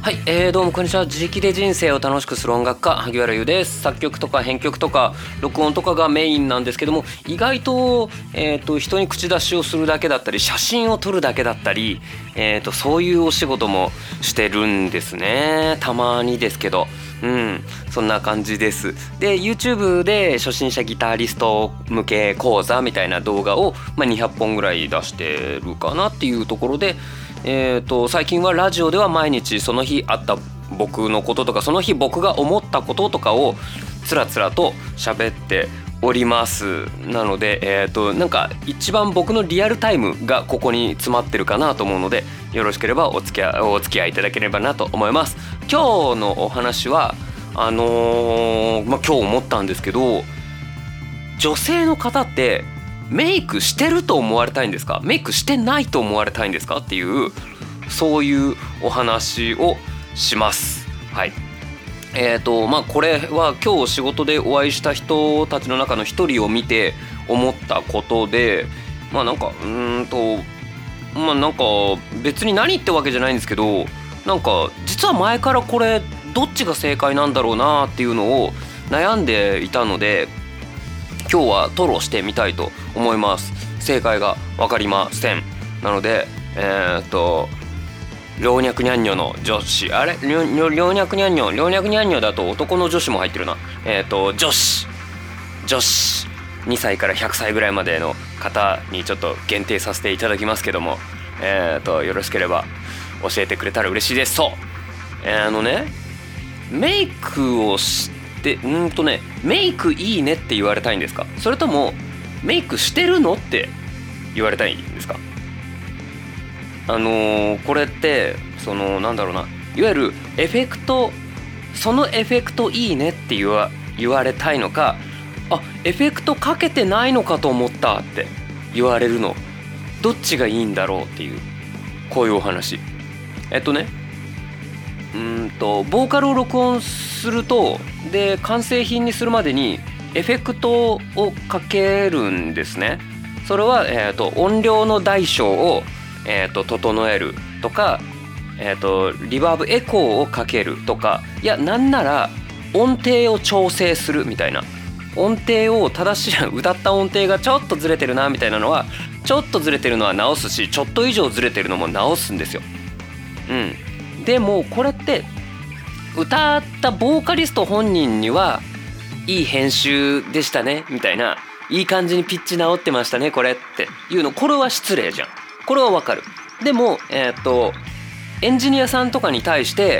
はい、どうもこんにちは。自力で人生を楽しくする音楽家萩原優です。作曲とか編曲とか録音とかがメインなんですけども、意外と、人に口出しをするだけだったり写真を撮るだけだったり、そういうお仕事もしてるんですね。たまにですけど、そんな感じです。で YouTube で初心者ギタリスト向け講座みたいな動画を、200本ぐらい出してるかなっていうところで、最近はラジオでは毎日その日あった僕のこととか、その日僕が思ったこととかをつらつらと喋っております。なので、なんか一番僕のリアルタイムがここに詰まってるかなと思うので、よろしければお付き合いいただければなと思います。今日のお話は今日思ったんですけど、女性の方ってメイクしてると思われたいんですか、メイクしてないと思われたいんですかっていう、そういうお話をします。はい。これは今日仕事でお会いした人たちの中の一人を見て思ったことで、なんか別に何ってわけじゃないんですけど、なんか実は前からこれどっちが正解なんだろうなっていうのを悩んでいたので、今日は吐露してみたいと思います。正解が分かりません。なので老若男女の女子、あれ老若男女だと男の女子も入ってるな。女子2歳から100歳ぐらいまでの方にちょっと限定させていただきますけども、よろしければ教えてくれたら嬉しいです。そう、メイクをしてメイクいいねって言われたいんですか、それともメイクしてるのって言われたいんですか。これっていわゆるエフェクト、そのエフェクトいいねって言われたいのか、エフェクトかけてないのかと思ったって言われるの、どっちがいいんだろうっていう、こういうお話。ボーカルを録音すると、で完成品にするまでにエフェクトをかけるんですね。それは、音量の大小を、整えるとか、リバーブエコーをかけるとか、いやなんなら音程を調整するみたいな、音程を正しい、歌った音程がちょっとずれてるなみたいなのはちょっとずれてるのは直すし、ちょっと以上ずれてるのも直すんですよ。でもこれって歌ったボーカリスト本人にはいい編集でしたねみたいな、いい感じにピッチ直ってましたねこれっていうの、これは失礼じゃん。これはわかる。でもエンジニアさんとかに対して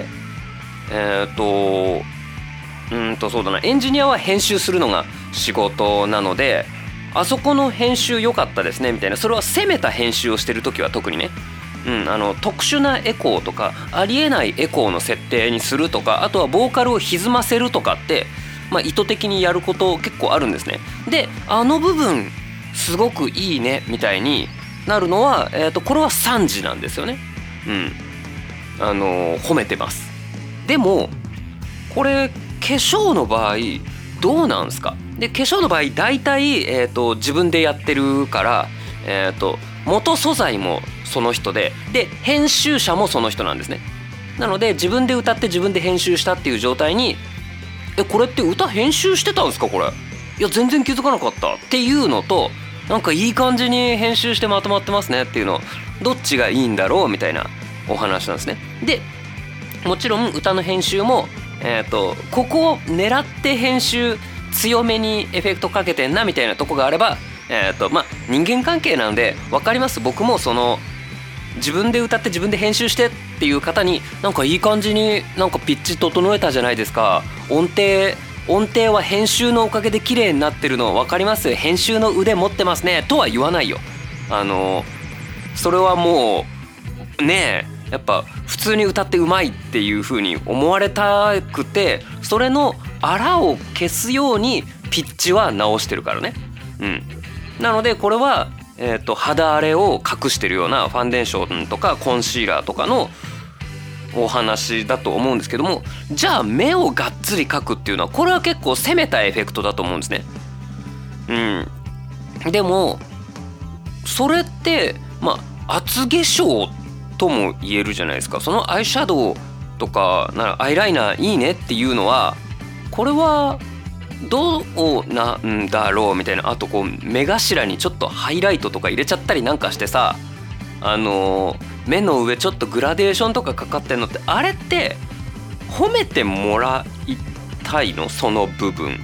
そうだな、エンジニアは編集するのが仕事なので、あそこの編集良かったですねみたいな、それは攻めた編集をしてる時は特にね、特殊なエコーとかありえないエコーの設定にするとか、あとはボーカルを歪ませるとかって、意図的にやること結構あるんですね。であの部分すごくいいねみたいになるのは、これは賛辞なんですよね。褒めてます。でもこれ化粧の場合どうなんすか。で化粧の場合大体、自分でやってるから、元素材もその人で編集者もその人なんですね。なので自分で歌って自分で編集したっていう状態に、これって歌編集してたんですかこれ、いや全然気づかなかったっていうのと、なんかいい感じに編集してまとまってますねっていうの、どっちがいいんだろうみたいなお話なんですね。でもちろん歌の編集も、ここを狙って編集強めにエフェクトかけてんなみたいなとこがあれば、人間関係なので分かります。僕も自分で歌って自分で編集してっていう方に、なんかいい感じになんかピッチ整えたじゃないですか、音程は編集のおかげで綺麗になってるの分かります、編集の腕持ってますねとは言わないよ。それはもうねえ、やっぱ普通に歌ってうまいっていう風に思われたくて、それのあらを消すようにピッチは直してるからね。なのでこれは、肌荒れを隠してるようなファンデーションとかコンシーラーとかのお話だと思うんですけども、じゃあ目をがっつり描くっていうのは、これは結構攻めたエフェクトだと思うんですね。でもそれって厚化粧とも言えるじゃないですか。そのアイシャドウとかならアイライナーいいねっていうのはこれはどうなんだろうみたいな。あとこう目頭にちょっとハイライトとか入れちゃったりなんかしてさ、目の上ちょっとグラデーションとかかかってんのってあれって褒めてもらいたいの？その部分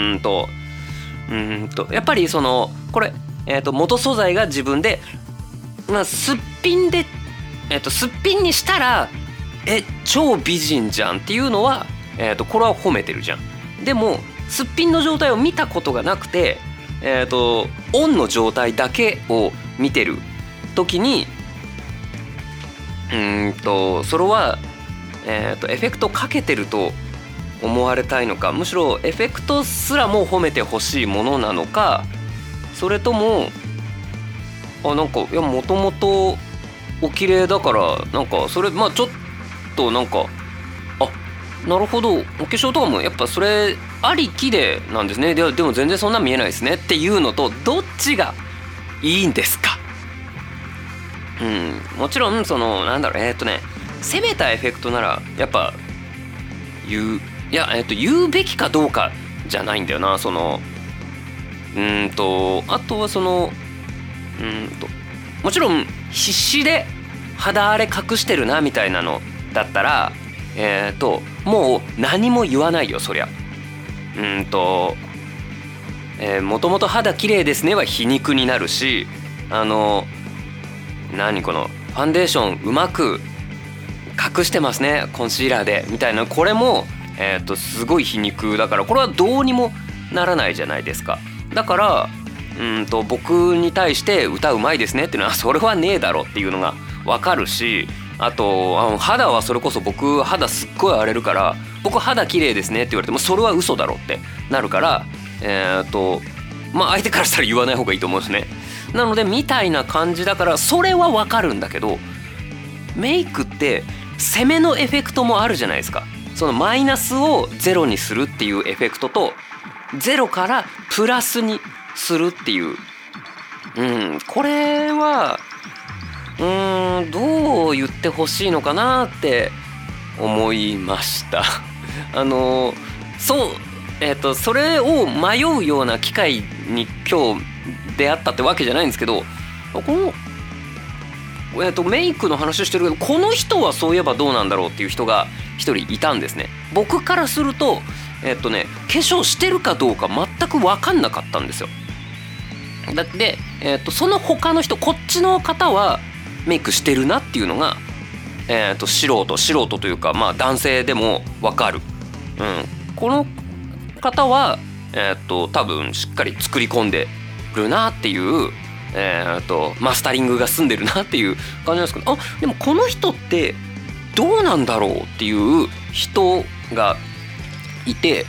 やっぱりそのこれ、元素材が自分で、すっぴんで、すっぴんにしたら超美人じゃんっていうのは、これは褒めてるじゃん。でもすっぴんの状態を見たことがなくて、オンの状態だけを見てる時にそれは、エフェクトかけてると思われたいのか、むしろエフェクトすらも褒めてほしいものなのか、それともなんかいやもともとお綺麗だからなんかそれちょっとなんかなるほどお化粧とかもやっぱそれありきでなんですね。でも全然そんな見えないですねっていうのとどっちがいいんですか？もちろんそのなんだろう攻めたエフェクトならやっぱ言うべきかどうかじゃないんだよな。そのあとはそのもちろん必死で肌荒れ隠してるなみたいなのだったらもう何も言わないよそりゃ。もともと肌綺麗ですねは皮肉になるし、何このファンデーションうまく隠してますねコンシーラーでみたいな、これもすごい皮肉だから、これはどうにもならないじゃないですか。だから僕に対して歌うまいですねっていうのはそれはねえだろっていうのが分かるし、あと肌はそれこそ僕肌すっごい荒れるから僕肌綺麗ですねって言われてもそれは嘘だろってなるから相手からしたら言わない方がいいと思うんですね。なのでみたいな感じだからそれは分かるんだけど、メイクって攻めのエフェクトもあるじゃないですか。そのマイナスをゼロにするっていうエフェクトとゼロからプラスにするっていう、これはどう言ってほしいのかなって思いましたそれを迷うような機会に今日出会ったってわけじゃないんですけど、このメイクの話してるけどこの人はそういえばどうなんだろうっていう人が一人いたんですね。僕からすると化粧してるかどうか全く分かんなかったんですよ。だってその他の人こっちの方はメイクしてるなっていうのが素人というか男性でも分かる。この方は多分しっかり作り込んでるなっていうマスタリングが済んでるなっていう感じなんですけど、でもこの人ってどうなんだろうっていう人がいて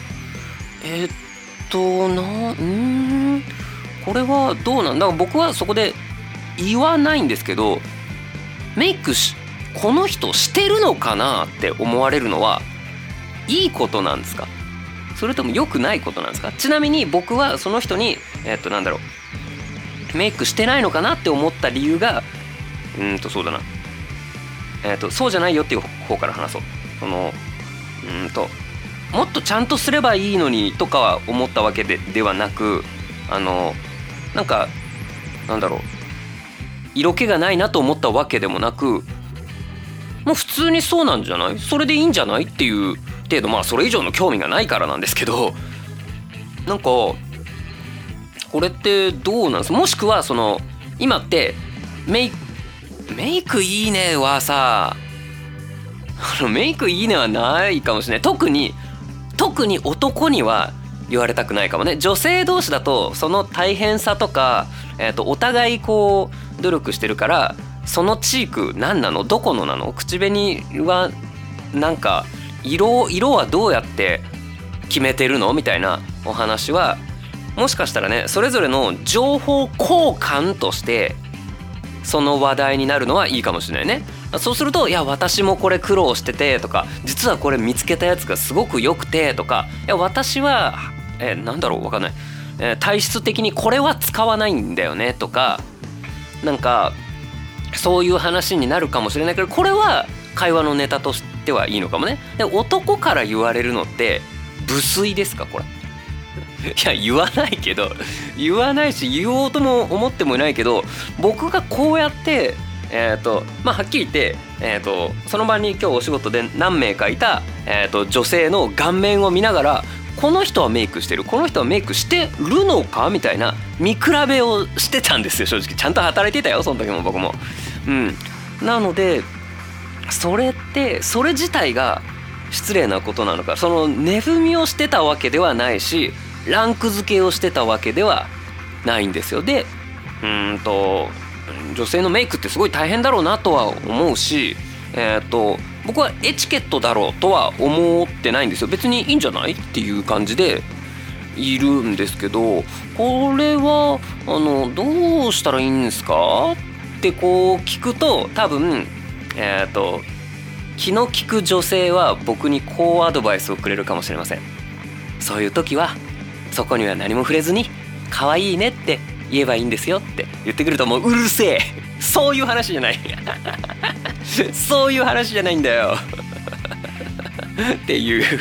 これはどうなんだ。僕はそこで言わないんですけど、メイクこの人してるのかなって思われるのはいいことなんですか、それとも良くないことなんですか。ちなみに僕はその人にメイクしてないのかなって思った理由がそうだなそうじゃないよっていう方から話そう。もっとちゃんとすればいいのにとかは思ったわけではなく、色気がないなと思ったわけでもなく、もう普通にそうなんじゃない、それでいいんじゃないっていう程度、それ以上の興味がないからなんですけど、これってどうなんですか。もしくはその今ってメイクいいねはさメイクいいねはないかもしれない。特に男には言われたくないかもね。女性同士だとその大変さとか、お互いこう努力してるから、そのチーク何なの、どこのなの、口紅はなんか色はどうやって決めてるのみたいなお話はもしかしたらね、それぞれの情報交換としてその話題になるのはいいかもしれないね。そうすると、いや私もこれ苦労しててとか、実はこれ見つけたやつがすごく良くてとか、いや私はわかんない、体質的にこれは使わないんだよねとか、そういう話になるかもしれないけど、これは会話のネタとしてはいいのかもね。で男から言われるのって無粋ですかこれ。いや言わないけど、言わないし言おうとも思ってもいないけど、僕がこうやってはっきり言って、その場に今日お仕事で何名かいた、女性の顔面を見ながら、この人はメイクしてる、この人はメイクしてるのかみたいな見比べをしてたんですよ。正直ちゃんと働いてたよその時も僕も。なのでそれ自体が失礼なことなのか、その値踏みをしてたわけではないし、ランク付けをしてたわけではないんですよ。で女性のメイクってすごい大変だろうなとは思うし、僕はエチケットだろうとは思ってないんですよ。別にいいんじゃないっていう感じでいるんですけど、これはどうしたらいいんですかってこう聞くと、多分気の利く女性は僕にこうアドバイスをくれるかもしれません。そういう時はそこには何も触れずに可愛いねって言えばいいんですよって言ってくると、もううるせえ、そういう話じゃないそういう話じゃないんだよって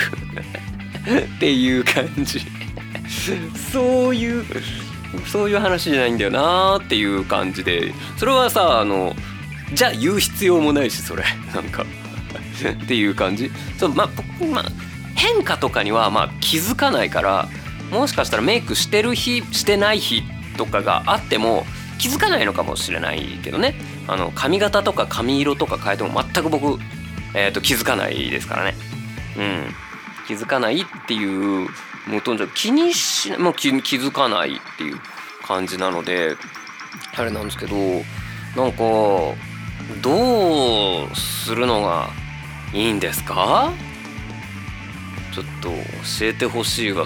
いう感じそういう話じゃないんだよなっていう感じで、それはさじゃあ言う必要もないし、それなんかっていう感じ。変化とかには気づかないから、もしかしたらメイクしてる日してない日とかがあっても気づかないのかもしれないけどね。髪型とか髪色とか変えても全く僕、気づかないですからね。気づかないっていう、もうとんじゃ気にしない、もう気づかないっていう感じなのであれなんですけど、なんかどうするのがいいんですか？ちょっと教えてほしいわ。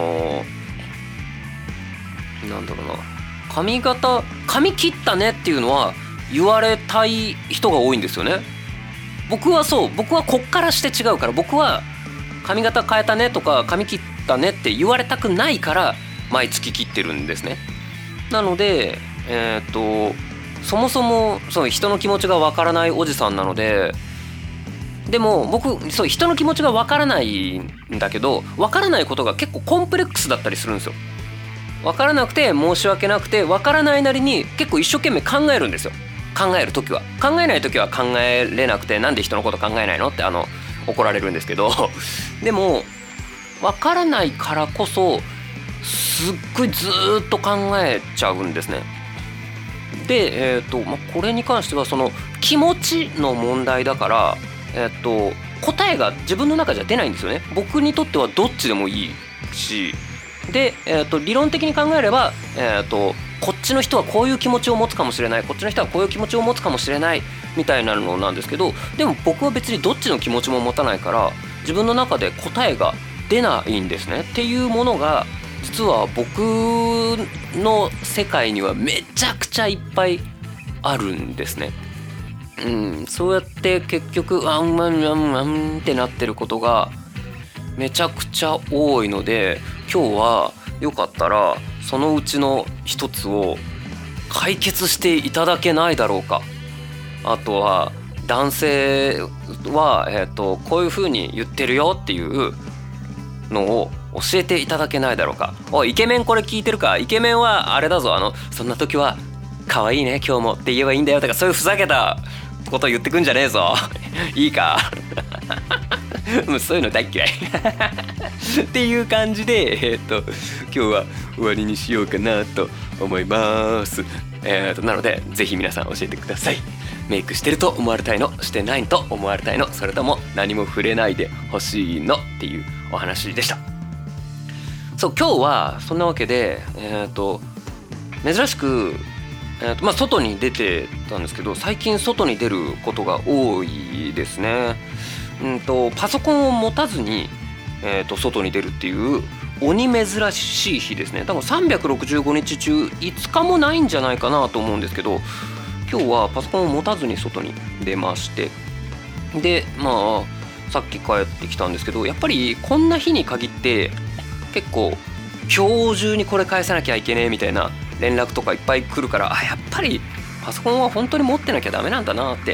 なんだろうな、髪切ったねっていうのは言われたい人が多いんですよね。僕はこっからして違うから、僕は髪型変えたねとか髪切ったねって言われたくないから毎月切ってるんですね。なのでそもそも人の気持ちがわからないおじさんなので、でも僕人の気持ちがわからないんだけど、わからないことが結構コンプレックスだったりするんですよ。わからなくて申し訳なくて、わからないなりに結構一生懸命考えるんですよ。考えるときは、考えないときは考えれなくて、なんで人のこと考えないのって怒られるんですけどでもわからないからこそすっごいずっと考えちゃうんですね。でこれに関しては気持ちの問題だから、答えが自分の中じゃ出ないんですよね。僕にとってはどっちでもいいし、で、理論的に考えれば、こっちの人はこういう気持ちを持つかもしれない、こっちの人はこういう気持ちを持つかもしれないみたいなのなんですけど、でも僕は別にどっちの気持ちも持たないから、自分の中で答えが出ないんですね。っていうものが実は僕の世界にはめちゃくちゃいっぱいあるんですね。そうやって結局ってなってることがめちゃくちゃ多いので、今日はよかったらそのうちの一つを解決していただけないだろうか。あとは男性は、こういう風に言ってるよっていうのを教えていただけないだろうか。おいイケメン、これ聞いてるか？イケメンはあれだぞ、そんな時は可愛いね今日もって言えばいいんだよとか、そういうふざけたこと言ってくんじゃねえぞいいかもうそういうの大っ嫌いっていう感じで、今日は終わりにしようかなと思います。なのでぜひ皆さん教えてください。メイクしてると思われたいの？してないと思われたいの？それとも何も触れないでほしいの？っていうお話でした。今日はそんなわけで珍しく外に出てたんですけど、最近外に出ることが多いですね。パソコンを持たずに、外に出るっていう鬼珍しい日ですね。多分365日中5日もないんじゃないかなと思うんですけど、今日はパソコンを持たずに外に出まして、でさっき帰ってきたんですけど、やっぱりこんな日に限って結構今日中にこれ返さなきゃいけねえみたいな連絡とかいっぱい来るから、やっぱりパソコンは本当に持ってなきゃダメなんだなって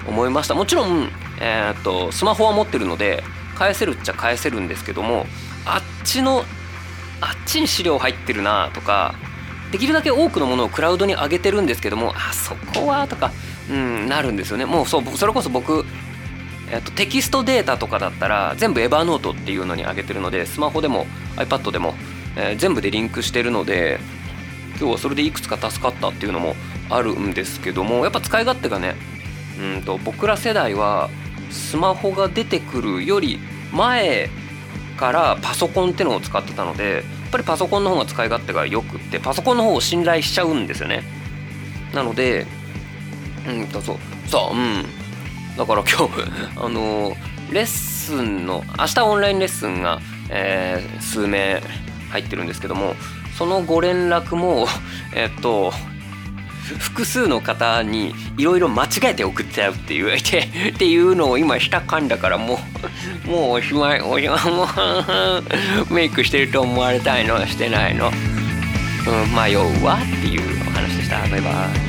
思いました。もちろん、スマホは持ってるので返せるっちゃ返せるんですけども、あっちに資料入ってるなとか、できるだけ多くのものをクラウドに上げてるんですけども、そこはとか、なるんですよね。もうそれこそ僕、テキストデータとかだったら全部エヴァーノートっていうのに上げてるので、スマホでも iPad でも、全部でリンクしてるので、今日はそれでいくつか助かったっていうのもあるんですけども、やっぱ使い勝手がね、僕ら世代はスマホが出てくるより前からパソコンってのを使ってたので、やっぱりパソコンの方が使い勝手がよくって、パソコンの方を信頼しちゃうんですよね。なのでだから今日レッスンの明日オンラインレッスンが、数名入ってるんですけども、そのご連絡も複数の方にいろいろ間違えて送っちゃうっていうのを今したかんだから、もうおしまいメイクしてると思われたいのしてないの、迷うわっていうお話でした。バイバイ。